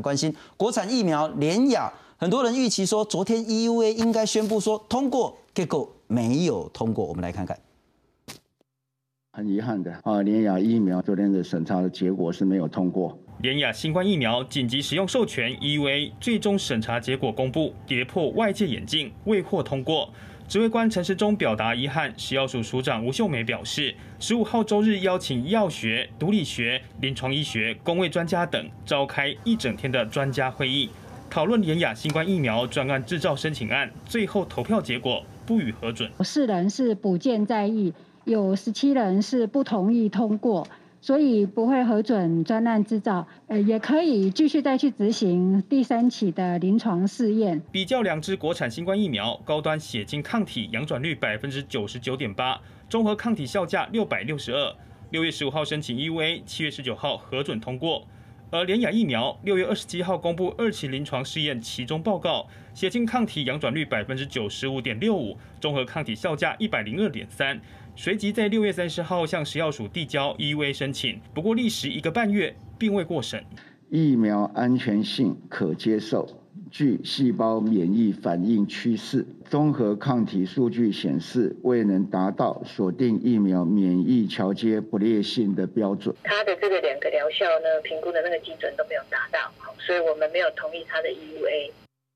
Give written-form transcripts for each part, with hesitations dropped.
关心国产疫苗联亚，很多人预期说昨天 EUA 应该宣布说通过，结果没有通过。我们来看看。 很遗憾的联亚疫苗昨天的审查的结果是没有通过。 联亚新冠疫苗紧急使用授权 EUA 最终审查结果公布，跌破外界眼镜，未获通过。指挥官陈时中表达遗憾，食药署署长吴秀梅表示，15号周日邀请医药学、毒理学、临床医学、公卫专家等召开一整天的专家会议，讨论联亚新冠疫苗专案制造申请案，最后投票结果不予核准。 4人是补件在议，有17人是不同意通过。所以不会核准专案制造，也可以继续再去执行第3期的临床试验。 比较2支国产新冠疫苗，高端血清抗体阳转率99.8%，综合抗体效价662。6月15号申请 EUA， 7月19号核准通过。而联亚疫苗6月27号公布2期临床试验期中报告，血清抗体阳转率95.65%，综合抗体效价102.3。随即在6月30号向食药署递交 EUA 申请，不过历时1个半月，并未过审。 疫苗安全性可接受，具细胞免疫反应趋势，综合抗体数据显示未能达到锁定疫苗免疫桥接不劣性的标准。 它的这个2个疗效呢，评估的那个基准都没有达到，所以我们没有同意它的 EUA。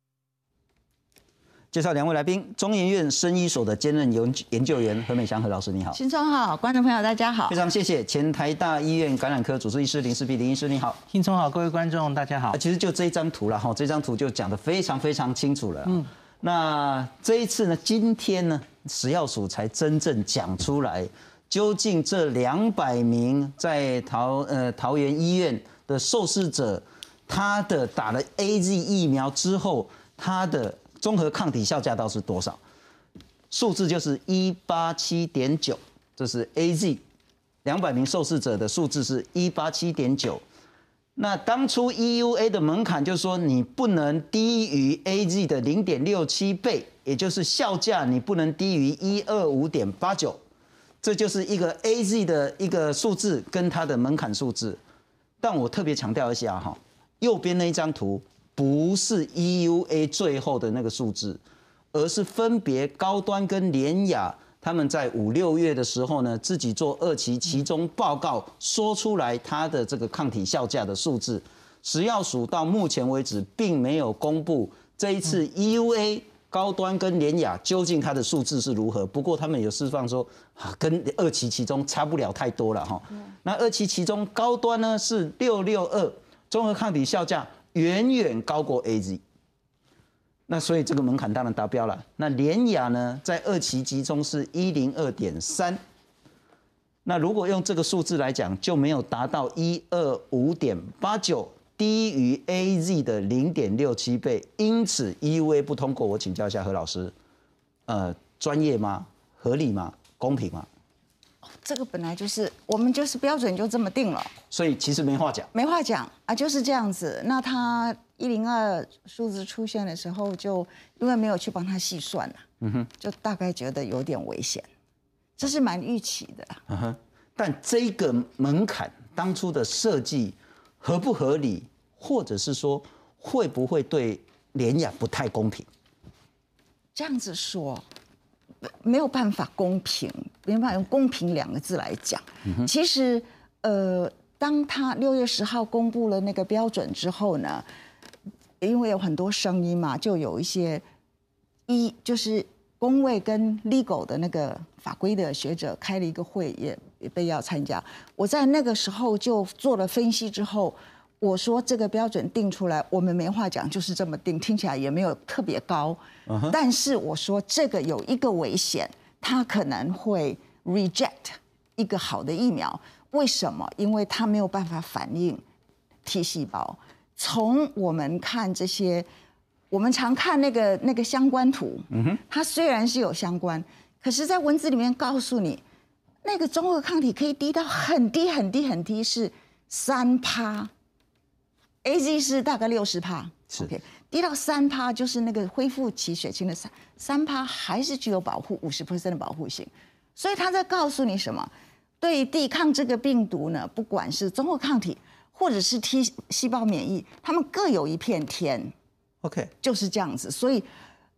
介绍2位来宾，中研院生医所的兼任研究员何美祥何老师，你好。 新聪好，观众朋友大家好。 非常谢谢前台大医院感染科主治医师林世璧林医师，你好。 新聪好，各位观众大家好。 其实就这一张图了哈，这张图就讲得非常非常清楚了。那这一次呢，今天呢，食药署才真正讲出来，究竟这200名在桃园医院的受试者，他的打了 AZ 疫苗之后，他的综合抗体效价到是多少？数字就是187.9，这是 AZ 200名受试者的数字是187.9。那当初 EUA 的门槛就是说你不能低于 AZ 的0.67倍，也就是效价你不能低于125.89，这就是一个 AZ 的一个数字跟它的门槛数字。但我特别强调一下哈，右边那一张图。不是 EUA 最后的那个数字，而是分别高端跟联亚他们在5、6月的时候呢，自己做2期期中报告，说出来它的这个抗体效价的数字。食药署到目前为止并没有公布这一次 EUA 高端跟联亚究竟它的数字是如何。不过他们有释放说，跟2期期中差不了太多了哈。那2期期中高端呢是662，综合抗体效价远远高过 AZ， 那所以这个门槛当然达标了。那联亚呢，在2期集中是102.3，那如果用这个数字来讲，就没有达到125.89，低于 AZ 的0.67倍，因此 EUA 不通过。我请教一下何老师，专业吗？合理吗？公平吗？ 这个本来就是我们就是标准就这么定了， 所以其实没话讲， 没话讲啊，就是这样子。那他102数字出现的时候，就因为没有去帮他细算了，就大概觉得有点危险，这是蛮预期的。 但这个门槛当初的设计合不合理，或者是说会不会对联亚不太公平？ 这样子说。没有办法公平，没办法用公平2个字来讲。其实，当他6月10号公布了那个标准之后呢，因为有很多声音嘛，就有一些就是公卫跟 legal 的那个法规的学者开了一个会，也被要参加。我在那个时候就做了分析之后。我说这个标准定出来，我们没话讲，就是这么定，听起来也没有特别高。但是我说这个有一个危险，它可能会 reject 一个好的疫苗。为什么？因为它没有办法反映 T 细胞。从我们看这些，我们常看那个相关图，它虽然是有相关，可是在文字里面告诉你，那个综合抗体可以低到很低很低很低，是3%。AZ 是大概60%， OK， 低到3%，就是那个恢复期血清的3%，还是具有保护50% 的保护性。所以他在告诉你什么？对抵抗这个病毒呢，不管是综合抗体或者是 T 细胞免疫，它们各有一片天。 OK， 就是这样子，所以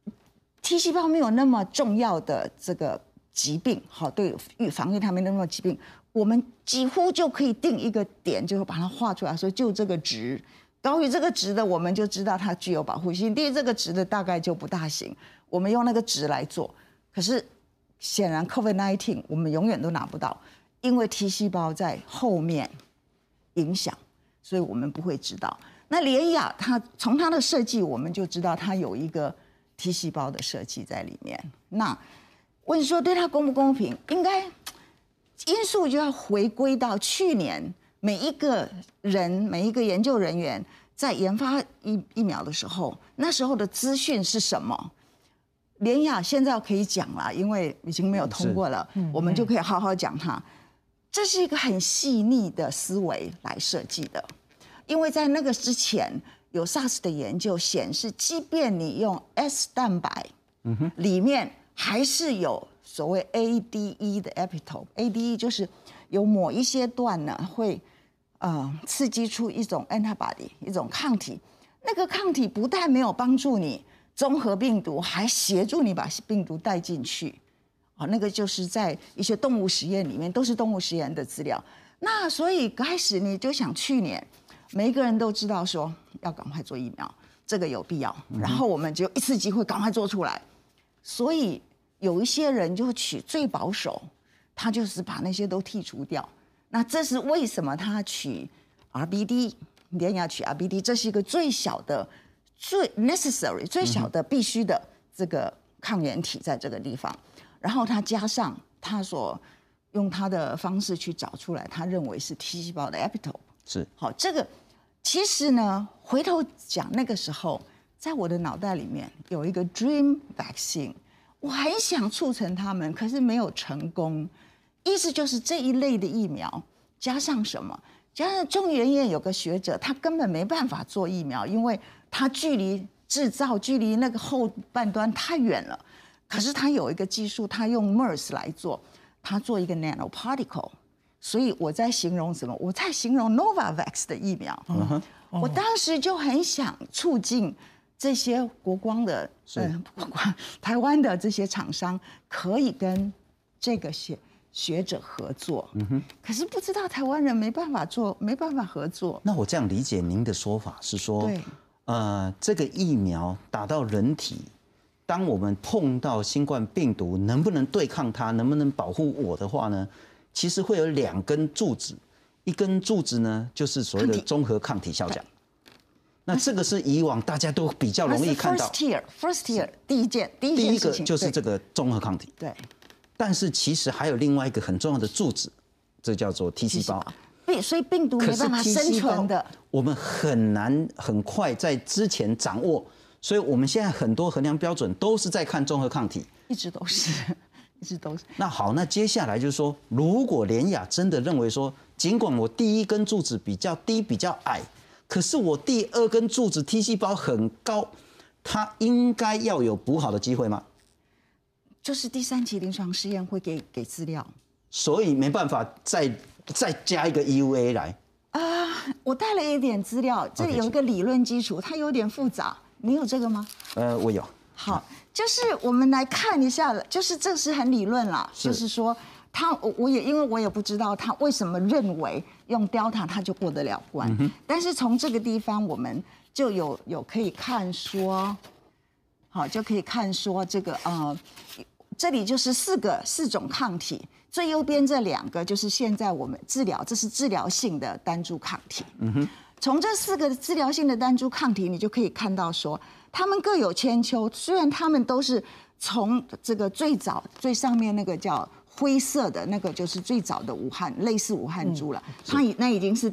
T 细胞没有那么重要的这个疾病，好，对防御它没那么疾病，我们几乎就可以定一个点，就把它画出来，说就这个值高于这个值的，我们就知道它具有保护性；低于这个值的大概就不大行。我们用那个值来做，可是显然 COVID-19 我们永远都拿不到，因为 T 细胞在后面影响，所以我们不会知道。那联雅它从它的设计，我们就知道它有一个 T 细胞的设计在里面。那问说对它公不公平，应该因素就要回归到去年每一个人、每一个研究人员在研发疫苗的时候，那时候的资讯是什么？联雅现在可以讲了，因为已经没有通过了，我们就可以好好讲它。这是一个很细腻的思维来设计的。因为在那个之前，有 SARS 的研究显示，即便你用 S 蛋白，里面还是有所谓 ADE 的 epitope。ADE 就是有某一些段呢会刺激出一种 antibody， 一种抗体。那个抗体不但没有帮助你中和病毒，还协助你把病毒带进去。那个就是在一些动物实验里面，都是动物实验的资料。那所以开始你就想去年。每一个人都知道说要赶快做疫苗，这个有必要。然后我们就一次机会赶快做出来。所以有一些人就取最保守，他就是把那些都剔除掉。那这是为什么他取 RBD， 联雅取 RBD， 这是一个最小的、最 necessary、最小的必须的这个抗原体在这个地方。然后他加上他所用他的方式去找出来，他认为是 T 细胞的 epitope。 是好，这个其实呢，回头讲那个时候，在我的脑袋里面有一个 dream vaccine， 我很想促成他们，可是没有成功。意思就是这一类的疫苗加上什么？加上中研院有个学者，他根本没办法做疫苗，因为他距离制造、距离那个后半端太远了。可是他有一个技术，他用 MERS 来做，他做一个 nanoparticle。所以我在形容什么？我在形容 Novavax 的疫苗。我当时就很想促进这些国光的、台湾的这些厂商可以跟这个学者合作。可是不知道台湾人没办法做，没办法合作。 那我这样理解您的说法是说，这个疫苗打到人体，当我们碰到新冠病毒，能不能对抗它，能不能保护我的话呢？其实会有2根柱子，一根柱子呢就是所谓的综合抗体效奖。那这个是以往大家都比较容易看到。 First tier 第一个就是这个综合抗体。 对。 但是其实还有另外一个很重要的柱子，这叫做 T 细胞。 所以病毒没办法生存的。 我们很难很快在之前掌握，所以我们现在很多衡量标准都是在看综合抗体。 一直都是。 那好，那接下来就是说，如果联雅真的认为说，尽管我第一根柱子比较低、比较矮，可是我第2根柱子 T 细胞很高，它应该要有补好的机会吗？ 就是第3期临床试验会给资料， 所以没办法再加一个 EUA 来。 我带了一点资料，这里有一个理论基础，它有点复杂，你有这个吗？ 我有。 好。就是我们来看一下，就是这是很理论啦，就是说因为我也不知道他为什么认为用 Delta 他就过得了关，但是从这个地方我们就有可以看说，好就可以看说这个这里就是4种抗体，最右边这2个就是现在我们这是治疗性的单株抗体。从这4个治疗性的单株抗体，你就可以看到说，他们各有千秋。虽然他们都是从这个最早最上面那个叫灰色的那个，就是最早的类似武汉株了，那已经是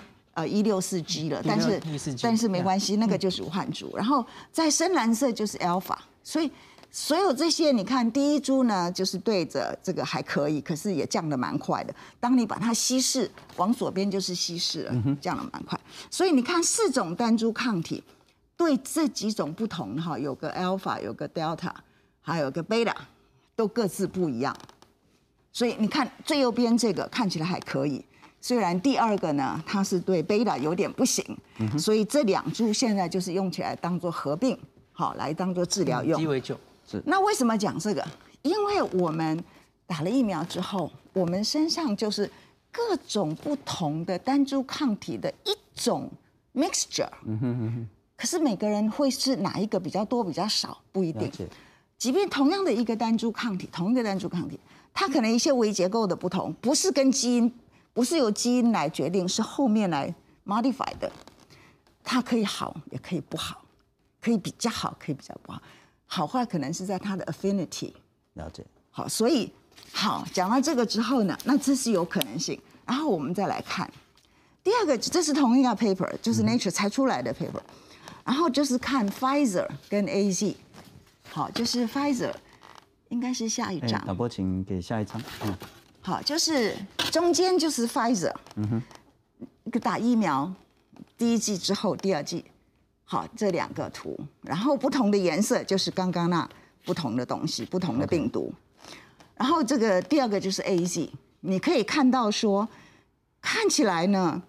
164G 了，但是没关系，那个就是武汉株。然后在深蓝色就是 Alpha， 所以所有这些你看，第一株呢就是对着这个还可以，可是也降得蛮快的。当你把它稀释，往左边就是稀释了，降得蛮快。所以你看4种单株抗体对这几种不同哈，有个 Alpha， 有个 Delta， 还有个 Beta， 都各自不一样。所以你看最右边这个看起来还可以， 虽然第2个呢，它是对贝塔有点不行，所以这2株现在就是用起来当做合并，好来当做治疗用。 鸡尾酒是。 那为什么讲这个？因为我们打了疫苗之后，我们身上就是各种不同的单株抗体的一种 mixture。可是每个人会是哪一个比较多比较少不一定。即便同样的一个单株抗体，它可能一些微结构的不同，不是跟基因，不是由基因来决定，是后面来 modify 的。它可以好，也可以不好，可以比较好，可以比较不好。好坏可能是在它的 affinity。 了解。 好，所以好讲到这个之后呢，那这是有可能性。然后我们再来看第2个，这是同一个 paper， 就是 Nature 才出来的 paper。然后就是看 Pfizer 跟 AZ。好，就是 Pfizer， 应该是下一张。 导播请给下一张。 好，就是中间就是 Pfizer， 一个打疫苗第1剂之后第2剂，好，这2个图，然后不同的颜色就是刚刚那不同的东西，不同的病毒。然后这个第2个就是 AZ， 你可以看到说，看起来呢，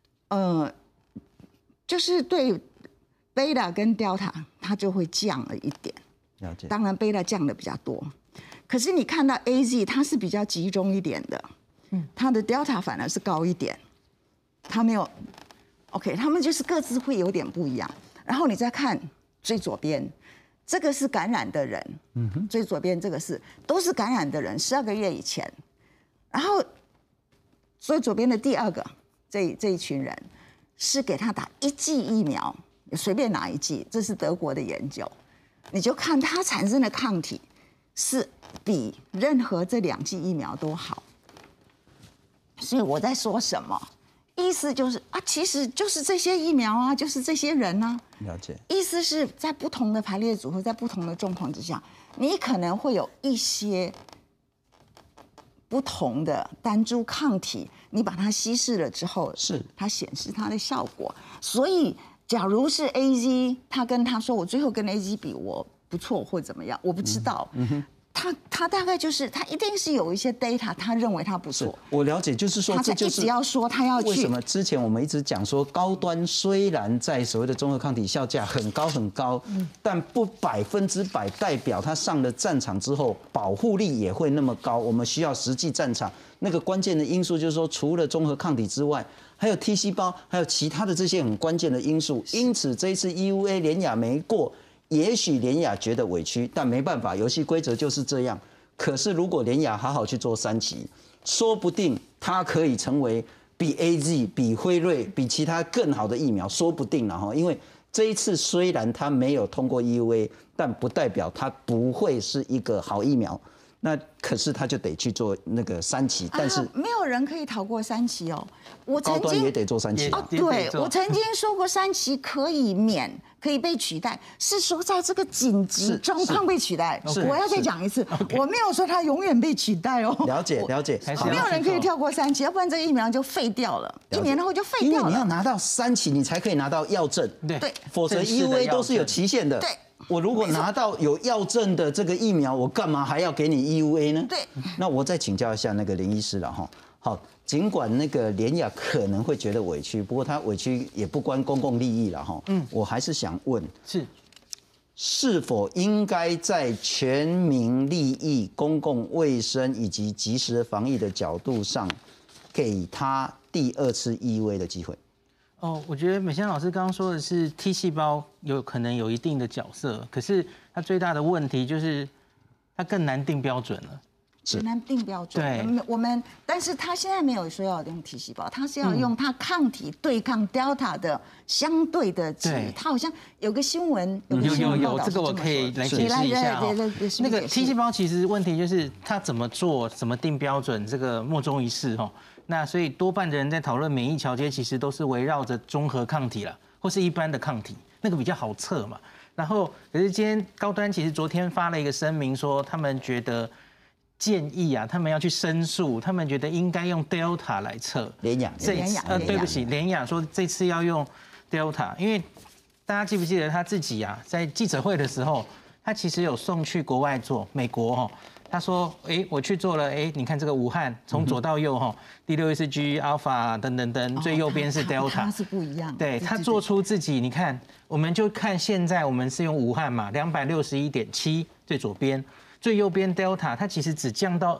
就是对贝塔跟 Delta 它就会降了一点。 了解。 当然贝塔降的比较多，可是你看到 AZ 它是比较集中一点的，它的 Delta 反而是高一点，它没有 OK， 他们就是各自会有点不一样。然后你再看最左边，这个是感染的人，最左边这个都是感染的人，12个月以前。然后最左边的第2个这一群人是给他打1剂疫苗，随便哪1剂，这是德国的研究。你就看它产生的抗体是比任何这2剂疫苗都好，所以我在说什么？意思就是其实就是这些疫苗啊，就是这些人啊。 了解。 意思是在不同的排列组合，在不同的状况之下，你可能会有一些不同的单株抗体，你把它稀释了之后，它显示它的效果。所以假如是 AZ， 他跟他说我最后跟 AZ 比我不错或怎么样，我不知道。他大概就是他一定是有一些 data， 他认为他不错。 我了解，就是说这就是他一直要说他要去。 为什么之前我们一直讲说高端虽然在所谓的综合抗体效价很高很高，但不100%代表他上了战场之后保护力也会那么高。我们需要实际战场那个关键的因素，就是说除了综合抗体之外，还有 T 细胞，还有其他的这些很关键的因素。因此这一次 EUA 联亚没过。也许联亚觉得委屈，但没办法，游戏规则就是这样。可是如果联亚好好去做3期，说不定它可以成为比 AZ、比辉瑞、比其他更好的疫苗，说不定了哈。因为这一次虽然它没有通过 EUA， 但不代表它不会是一个好疫苗。那可是他就得去做那个3期，但是没有人可以逃过3期哦。我曾经高端也得做3期啊。 对，我曾经说过3期可以免，可以被取代，是说在这个紧急状况被取代。我要再讲一次，我没有说它永远被取代哦。 了解， 没有人可以跳过3期，要不然这个疫苗就废掉了，1年后就废掉了。 因为你要拿到3期，你才可以拿到药证， 对， 否则 EUA 都是有期限的。 对。 我如果拿到有药证的这个疫苗，我干嘛还要给你 EUA 呢？ 对， 那我再请教一下那个林医师了哈。好，尽管那个联亚可能会觉得委屈，不过他委屈也不关公共利益了哈。我还是想问，是否应该在全民利益、公共卫生以及及时防疫的角度上，给他第2次EUA 的机会？ 我觉得美香老师刚刚说的是 T 细胞有可能有一定的角色，可是它最大的问题就是它更难定标准了。 很难定标准。 对， 但是他现在没有说要用 T 细胞，他是要用他抗体对抗 Delta 的相对的值。他好像有个新闻， 有这个我可以来解释一下。那个 T 细胞其实问题就是它怎么做、怎么定标准，这个莫衷一是哈。那所以多半的人在讨论免疫桥接，其实都是围绕着综合抗体啦，或是一般的抗体，那个比较好测嘛。然后可是今天高端其实昨天发了一个声明说，他们觉得建议啊，他们要去申诉，他们觉得应该用 Delta 来测。 联亚， 对不起，联亚说这次要用 Delta， 因为大家记不记得他自己啊，在记者会的时候，他其实有送去国外做美国他说，我去做了，你看这个武汉从左到右哈，第6是 G Alpha 等等等，最右边是 Delta， 它是不一样。 对，他做出自己，你看，我们就看现在我们是用武汉嘛，261.7最左边，最右边 Delta， 它其实只降到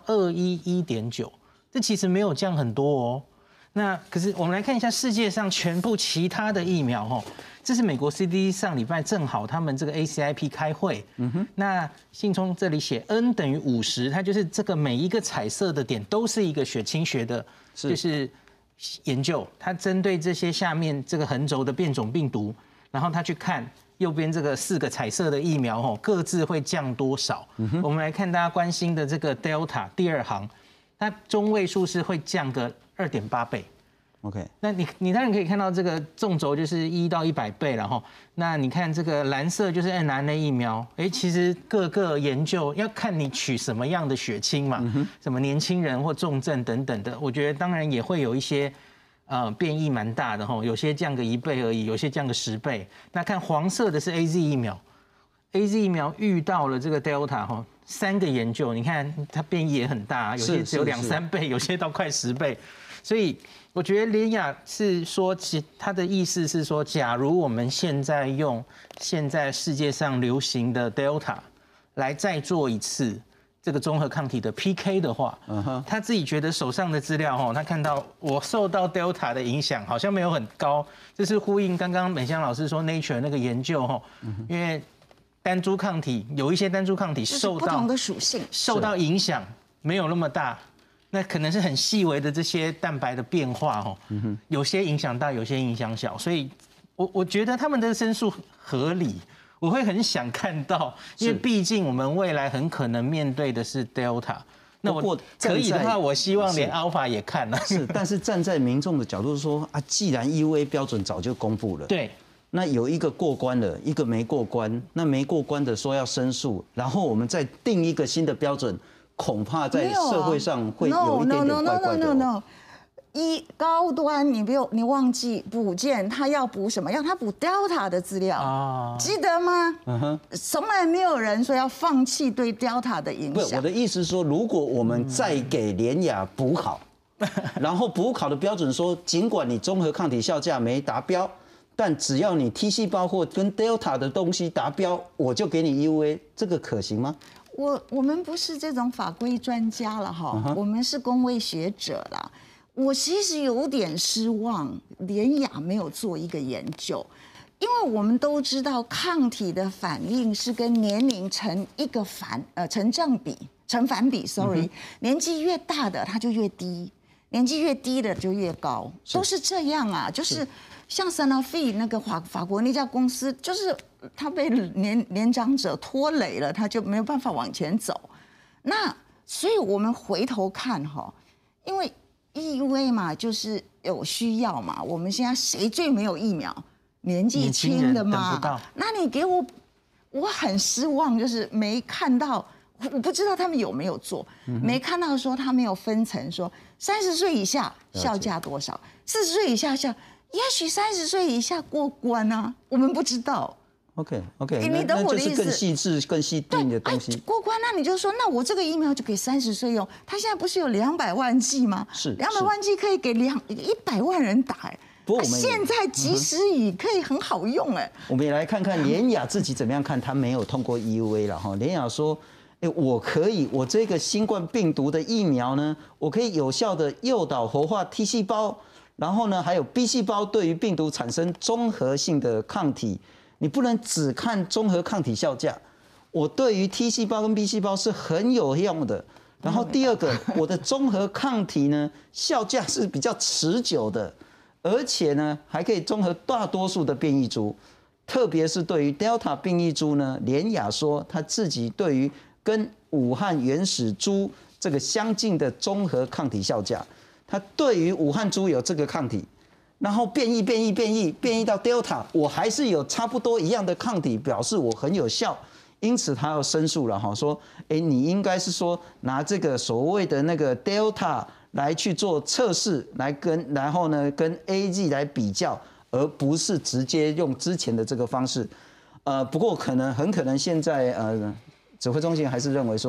211.9，这其实没有降很多哦。那可是我们来看一下世界上全部其他的疫苗哈。这是美国 CDC 上礼拜正好他们这个 ACIP 开会，那信聪这里写 N 等于50，它就是这个每一个彩色的点都是一个血清学的，就是研究，它针对这些下面这个横轴的变种病毒，然后它去看右边这个4个彩色的疫苗各自会降多少。我们来看大家关心的这个 Delta 第2行，它中位数是会降个2.8倍。 OK， 那你当然可以看到这个纵轴就是1到100倍，然后那你看这个蓝色就是 mRNA 疫苗，其实各个研究要看你取什么样的血清嘛，什么年轻人或重症等等的，我觉得当然也会有一些变异蛮大的有些降个1倍而已，有些降个10倍。那看黄色的是 AZ 疫苗，AZ 疫苗遇到了这个 Delta 3个研究，你看它变异也很大，有些只有2、3倍，有些到快10倍，所以。我觉得连雅是说，他的意思是说，假如我们现在用现在世界上流行的 Delta 来再做一次这个综合抗体的 PK 的话，他自己觉得手上的资料他看到我受到 Delta 的影响好像没有很高，这是呼应刚刚美香老师说 Nature 那个研究因为单株抗体有一些单株抗体受到不同的属性受到影响没有那么大。那可能是很细微的这些蛋白的变化有些影响大，有些影响小，所以我觉得他们的申诉合理，我会很想看到，因为毕竟我们未来很可能面对的是 Delta。那我可以的话，我希望连 Alpha 也看了。 是，但是站在民众的角度说既然 EUA 标准早就公布了， 对， 那有一个过关了，一个没过关，那没过关的说要申诉，然后我们再定一个新的标准。恐怕在社会上会有一点点怪怪的。 高端你忘记补件，他要补什么？要他补 Delta 的资料记得吗？从来没有人说要放弃对 Delta 的影响。 不，我的意思是说，如果我们再给联雅补考，然后补考的标准说，尽管你综合抗体效价没达标，但只要你 T 细胞或跟 Delta 的东西达标，我就给你 EUA， 这个可行吗？ 我们不是这种法规专家了我们是公卫学者啦。我其实有点失望，联雅没有做一个研究，因为我们都知道抗体的反应是跟年龄成一个成正比、成反比。sorry，年纪越大的它就越低，年纪越低的就越高，都是这样啊，就是。像 Sanofi 那个法国那家公司，就是他被年长者拖累了，他就没有办法往前走。那所以我们回头看因为 EUA 嘛，就是有需要嘛。我们现在谁最没有疫苗？年纪轻的嘛。那你给我很失望，就是没看到，我不知道他们有没有做，没看到说他没有分层说30岁以下效价多少，40岁以下效。也许30岁以下过关啊，我们不知道。 OK， 你懂我的意思？ 就是更细致、更细定的东西。 过关，那你就说，那我这个疫苗就给30岁用。他现在不是有200万剂吗？ 是 200万剂可以给100万人打不过我们现在即时雨可以很好用我们也来看看联雅自己怎么样看，他没有通过 EUA 了哈。联雅说。我这个新冠病毒的疫苗呢，我可以有效的诱导活化 T 细胞，然后呢，还有 B 细胞对于病毒产生综合性的抗体。你不能只看综合抗体效价，我对于 T 细胞跟 B 细胞是很有用的。然后第二个，我的综合抗体呢，效价是比较持久的，而且呢，还可以综合大多数的变异株，特别是对于 Delta 变异株呢，联雅说他自己对于跟武汉原始株这个相近的综合抗体效价，它对于武汉株有这个抗体，然后变异到 Delta， 我还是有差不多一样的抗体，表示我很有效，因此他要申诉了哈，说，你应该是说拿这个所谓的那个 Delta 来去做测试，然后呢跟 AZ 来比较，而不是直接用之前的这个方式。不过很可能现在指挥中心还是认为说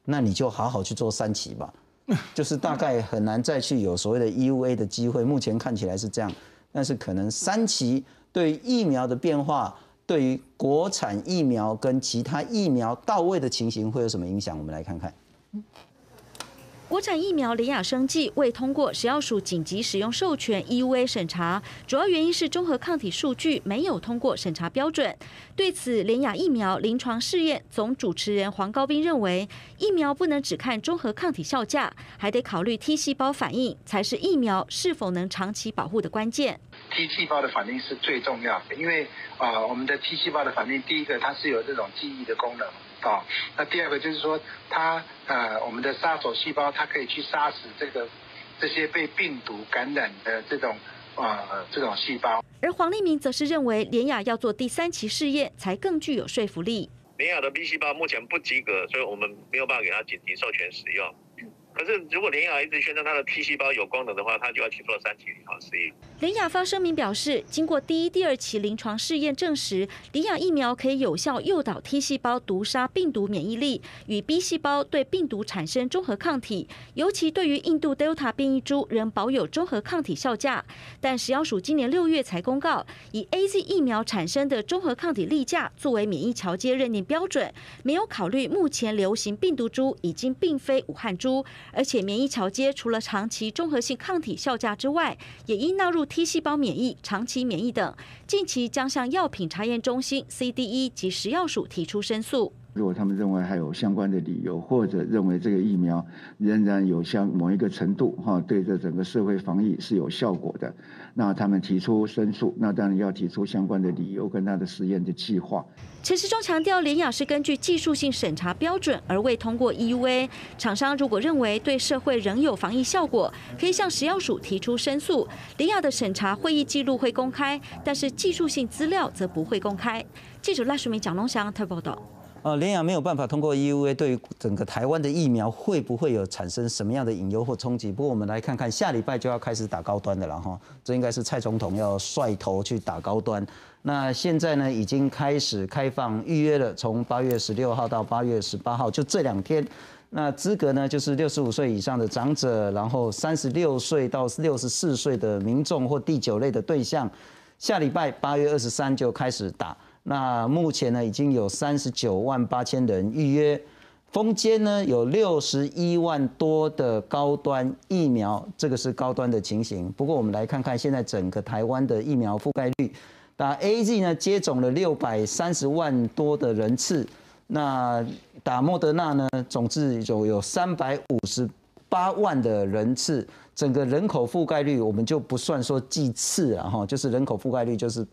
那你就好好去做3期吧。就是大概很难再去有所谓的 EUA 的机会，目前看起来是这样，但是可能3期对疫苗的变化，对于国产疫苗跟其他疫苗到位的情形会有什么影响？我们来看看。 国产疫苗联雅生技未通过食药署紧急使用授权 EUA 审查，主要原因是综合抗体数据没有通过审查标准。对此，联雅疫苗临床试验总主持人黄高斌认为，疫苗不能只看综合抗体效价，还得考虑 T 细胞反应，才是疫苗是否能长期保护的关键。 T 细胞的反应是最重要的，因为我们的 T 细胞的反应，第一个它是有这种记忆的功能。那第二个就是说，我们的杀手细胞它可以去杀死这些被病毒感染的这种细胞。 而黄立明则是认为，联雅要做第3期试验才更具有说服力。 联雅的 B 细胞目前不及格，所以我们没有办法给它紧急授权使用。可是，如果联雅一直宣称它的 T 细胞有功能的话，它就要去做3期临床试验。 联雅发声明表示，经过第1、第2期临床试验证实，联雅疫苗可以有效诱导 T 细胞毒杀病毒免疫力，与 B 细胞对病毒产生综合抗体，尤其对于印度 Delta 变异株仍保有综合抗体效价。但食药署今年6月才公告，以 AZ 疫苗产生的综合抗体例价作为免疫桥接认定标准，没有考虑目前流行病毒株已经并非武汉株。而且免疫桥接除了长期综合性抗体效价之外，也应纳入 T 细胞免疫、长期免疫等。近期将向药品查验中心 CDE 及食药署提出申诉。 如果他们认为还有相关的理由，或者认为这个疫苗仍然有某一个程度对这整个社会防疫是有效果的，那他们提出申诉，那当然要提出相关的理由跟他的实验的计划。 陈时中强调，联雅是根据技术性审查标准而未通过 EUA。厂商如果认为对社会仍有防疫效果，可以向食药署提出申诉。联雅的审查会议记录会公开，但是技术性资料则不会公开。记者赖淑明、蒋龙祥特报道。 联雅没有办法通过 EUA， 对于整个台湾的疫苗会不会有产生什么样的隐忧或冲击？不过我们来看看，下礼拜就要开始打高端的了哈，这应该是蔡总统要率头去打高端。那现在呢，已经开始开放预约了，从8月16号到8月18号，就这2天。那资格呢，就是65岁以上的长者，然后36岁到64岁的民众或第9类的对象。下礼拜8月23就开始打。那目前呢，已经有39万8千人预约，封间呢有61万多的高端疫苗，这个是高端的情形。不过我们来看看现在整个台湾的疫苗覆盖率，打 AZ 呢接种了630万多的人次，那打莫德纳呢总计有358万的人次。整个人口覆盖率我们就不算说剂次了哈，就是人口覆盖率就是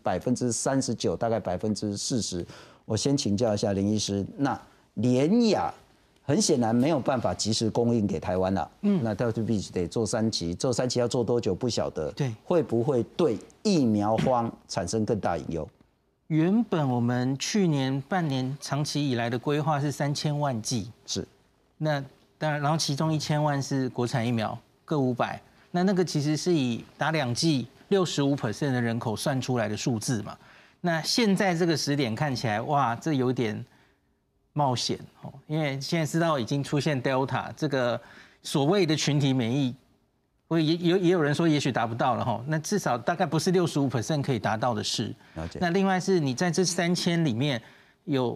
39%，大概40%。我先请教一下林医师，那联雅很显然没有办法及时供应给台湾了，那它就必须得做3期，做3期要做多久不晓得，对，会不会对疫苗荒产生更大隐忧？ 原本我们去年半年长期以来的规划是3000万剂， 是， 那当然，然后其中1000万是国产疫苗。各500，那个其实是以打2剂65% 的人口算出来的数字嘛。那现在这个时点看起来，哇，这有点冒险哦，因为现在知道已经出现 Delta 这个所谓的群体免疫，也有人说也许达不到了哈。那至少大概不是65% 可以达到的事。那另外是你在这3000里面有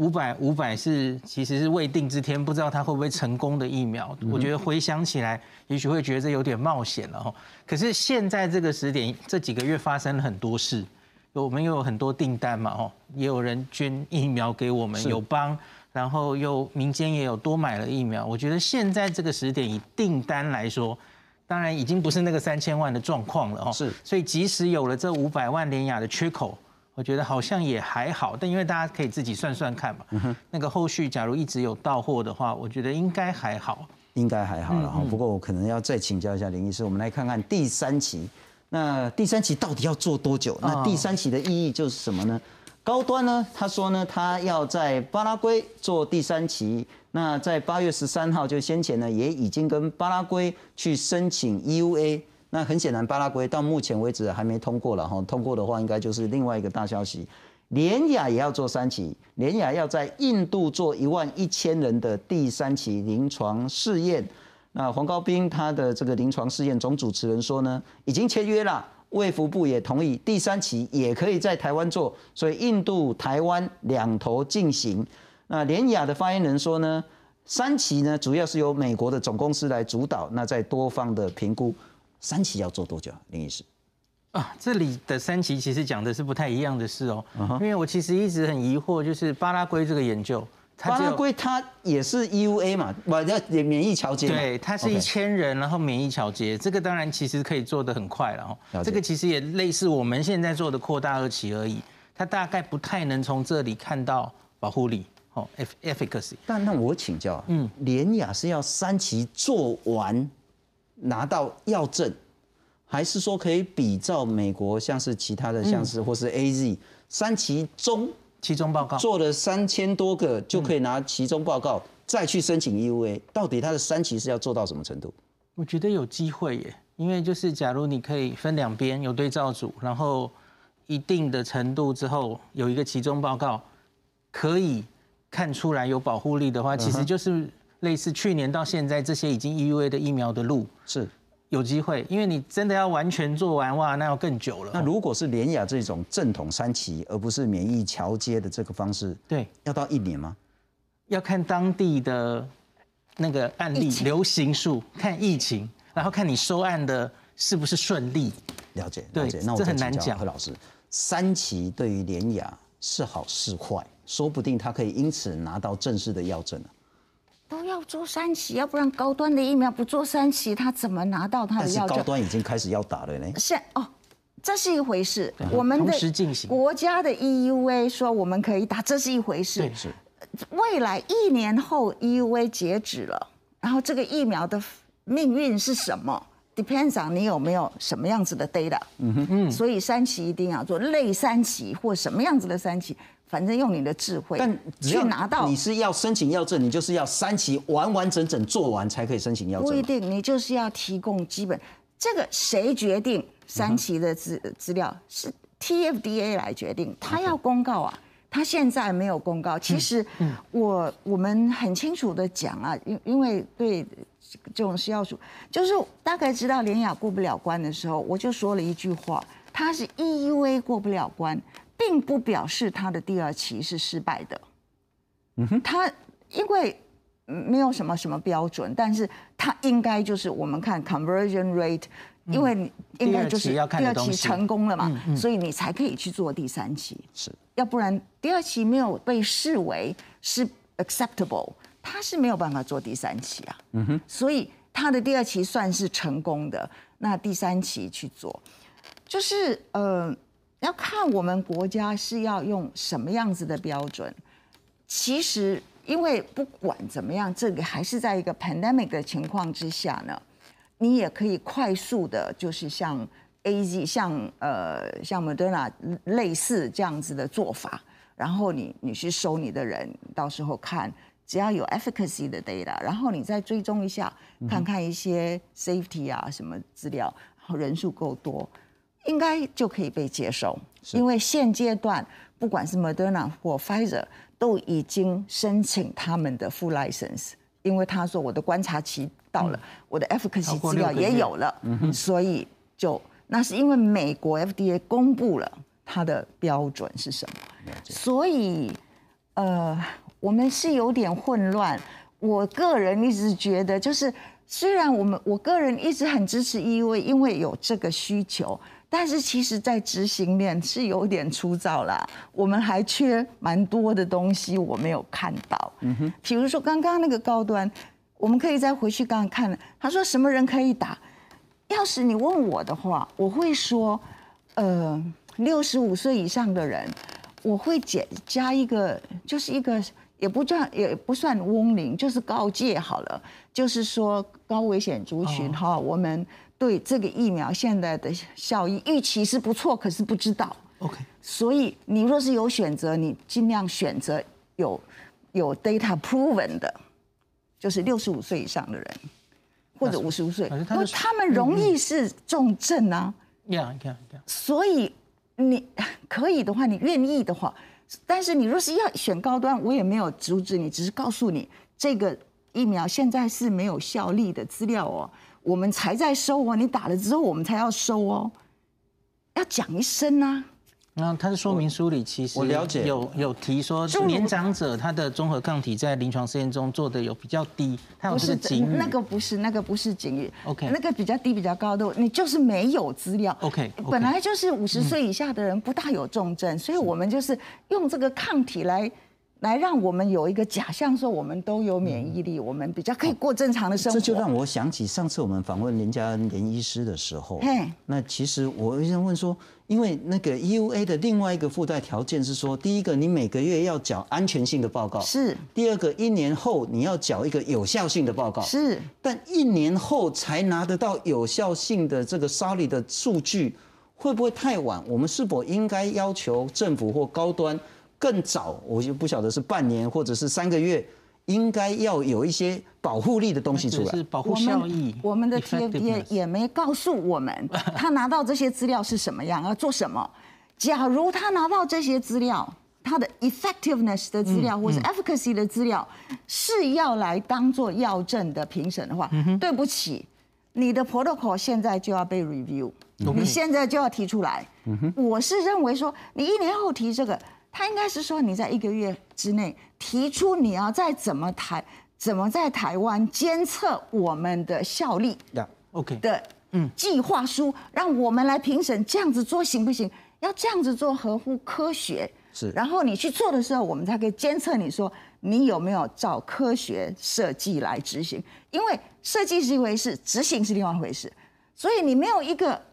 500是其实是未定之天，不知道它会不会成功的疫苗。我觉得回想起来，也许会觉得这有点冒险了哈。可是现在这个时点，这几个月发生了很多事，我们又有很多订单嘛哈，也有人捐疫苗给我们，有帮，然后又民间也有多买了疫苗。我觉得现在这个时点以订单来说，当然已经不是那个3000万的状况了哈。是，所以即使有了这500万联雅的缺口。我觉得好像也还好，但因为大家可以自己算算看嘛，那个后续假如一直有到货的话，我觉得应该还好， 应该还好了哈。不过我可能要再请教一下林医师，我们来看看第3期，那第3期到底要做多久？那第3期的意义就是什么呢？高端呢，他说呢，他要在巴拉圭做第3期，那在8月13号就先前呢也已经跟巴拉圭去申请 EUA。那很显然，巴拉圭到目前为止还没通过了哈，通过的话应该就是另外一个大消息。 联亚也要做3期，联亚要在印度做11000人的第3期临床试验。那黄高斌他的这个临床试验总主持人说呢，已经签约了，卫福部也同意第3期也可以在台湾做，所以印度、台湾两头进行。那联亚的发言人说呢，3期呢主要是由美国的总公司来主导，那在多方的评估，3期要做多久？林医师？ 这里的3期其实讲的是不太一样的事哦，因为我其实一直很疑惑，就是巴拉圭这个研究， 巴拉圭它也是 EUA 嘛，要免疫桥接嘛， 对，它是1000人，然后免疫桥接，这个当然其实可以做得很快了哦，这个其实也类似我们现在做的扩大2期而已，它大概不太能从这里看到保护力。efficacy。 但那我请教，联亚是要3期做完拿到药证，还是说可以比照美国像是其他的像是或是 AZ3期期中报告做了3000多个就可以拿期中报告，再去申请 EUA， 到底它的3期是要做到什么程度？ 我觉得有机会耶，因为就是假如你可以分2边有对照组，然后一定的程度之后有一个期中报告可以看出来有保护力的话，其实就是类似去年到现在这些已经 EUA 的疫苗的路是有机会，因为你真的要完全做完哇，那要更久了。 那如果是联亚这种正统3期，而不是免疫桥接的这个方式， 对， 要到1年吗？ 要看当地的那个案例流行数，看疫情，然后看你收案的是不是顺利。 了解。 那我很难讲。 何老师，3期对于联亚是好是坏？说不定他可以因此拿到正式的药证啊。 都要做3期，要不然高端的疫苗不做3期，他怎么拿到他的药证？ 但是高端已经开始要打了呢。 这是一回事。我们的国家的 EUA 说我们可以打，这是一回事。 是。 未来1年后 EUA 截止了，然后这个疫苗的命运是什么 ？Depends on 你有没有什么样子的 data。所以3期一定要做，类3期或什么样子的3期。反正用你的智慧， 但去拿到你是要申请药证，你就是要3期完完整整做完才可以申请药证。 不一定，你就是要提供基本。这个谁决定3期的资料是 TFDA 来决定，他要公告啊，他现在没有公告。其实我们很清楚的讲啊，因为对这种食药署，就是大概知道联亚过不了关的时候，我就说了一句话，他是 EUA 过不了关。并不表示他的第2期是失败的，他因为没有什么标准，但是他应该就是我们看 conversion rate， 因为应该就是第2期成功了嘛，所以你才可以去做第3期， 是， 要不然第2期没有被视为是 acceptable， 他是没有办法做第3期啊，所以他的第2期算是成功的，那第3期去做，就是要看我们国家是要用什么样子的标准。其实，因为不管怎么样，这个还是在一个 pandemic 的情况之下呢，你也可以快速的，就是像 AZ、像 Moderna 类似这样子的做法，然后你去收你的人，到时候看只要有 efficacy 的 data， 然后你再追踪一下，看看一些 safety 啊什么资料，然后人数够多。应该就可以被接受，因为现阶段不管是 Moderna 或 Pfizer 都已经申请他们的 full license， 因为他说我的观察期到了，我的 efficacy 资料也有了，所以那是因为美国 FDA 公布了它的标准是什么，所以我们是有点混乱。我个人一直觉得，就是虽然我个人一直很支持 EUA， 因为有这个需求。但是其实，在执行面是有点粗糙啦，我们还缺蛮多的东西，我没有看到。比如说刚刚那个高端，我们可以再回去刚刚看，他说什么人可以打？要是你问我的话，我会说，65岁以上的人，我会加一个，就是一个也不算翁龄，就是告诫好了，就是说高危险族群哈，我们。对这个疫苗现在的效益预期是不错，可是不知道。 OK， 所以你若是有选择，你尽量选择有 data proven 的，就是65岁以上的人，或者55岁，因为他们容易是重症啊。 Yeah. 所以你可以的话，你愿意的话，但是你若是要选高端，我也没有阻止你，只是告诉你这个疫苗现在是没有效力的资料哦，我们才在收哦，你打了之后我们才要收哦，要讲一声啊。 那它的说明书里其实我了解有提说，年长者他的综合抗体在临床试验中做的有比较低，它有这个警语。 那个不是警语 ，OK， 那个比较低比较高的，你就是没有资料 ，OK， 本来就是50岁以下的人不大有重症，所以我们就是用这个抗体来让我们有一个假象，说我们都有免疫力，我们比较可以过正常的生活。 这就让我想起上次我们访问连家恩连医师的时候，那其实我想问说，因为那个 EUA 的另外一个附带条件是说，第一个你每个月要缴安全性的报告， 是； 第二个1年后你要缴一个有效性的报告， 是。 但1年后才拿得到有效性的这个 solid 的数据，会不会太晚？我们是否应该要求政府或高端更早，我就不晓得是半年或者是3个月，应该要有一些保护力的东西出来。 是保护效益。 我们的 TFDA 也没告诉我们，他拿到这些资料是什么样，要做什么。假如他拿到这些资料，他的 effectiveness 的资料或是 efficacy 的资料是要来当做药证的评审的话，对不起，你的 protocol 现在就要被 review， 你现在就要提出来。我是认为说，你1年后提这个。他应该是说，你在1个月之内提出你要再怎么在台湾监测我们的效力的计划书，让我们来评审，这样子做行不行？要这样子做合乎科学， 是。 然后你去做的时候，我们才可以监测你说你有没有照科学设计来执行。因为设计是一回事，执行是另外一回事，所以你没有一个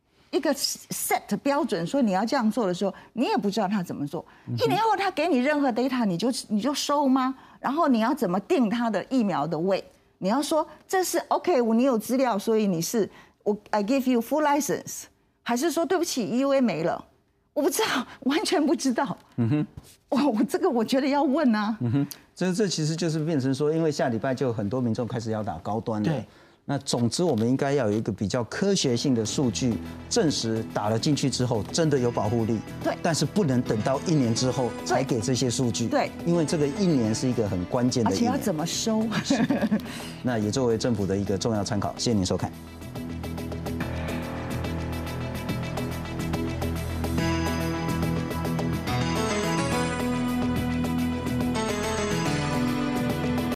set 标准，说你要这样做的时候，你也不知道他怎么做。1年后他给你任何 data， 你就收吗？然后你要怎么定他的疫苗的位？你要说这是 OK， 你有资料，所以你是I give you full license， 还是说对不起 EUA 没了？我不知道，完全不知道。我这个我觉得要问啊。 这其实就是变成说，因为下礼拜就很多民众开始要打高端了。 对。 那总之，我们应该要有一个比较科学性的数据，证实打了进去之后真的有保护力。 对， 但是不能等到1年之后才给这些数据。 对， 因为这个1年是一个很关键的1年， 而且要怎么收？ 那也作为政府的一个重要参考。谢谢您收看。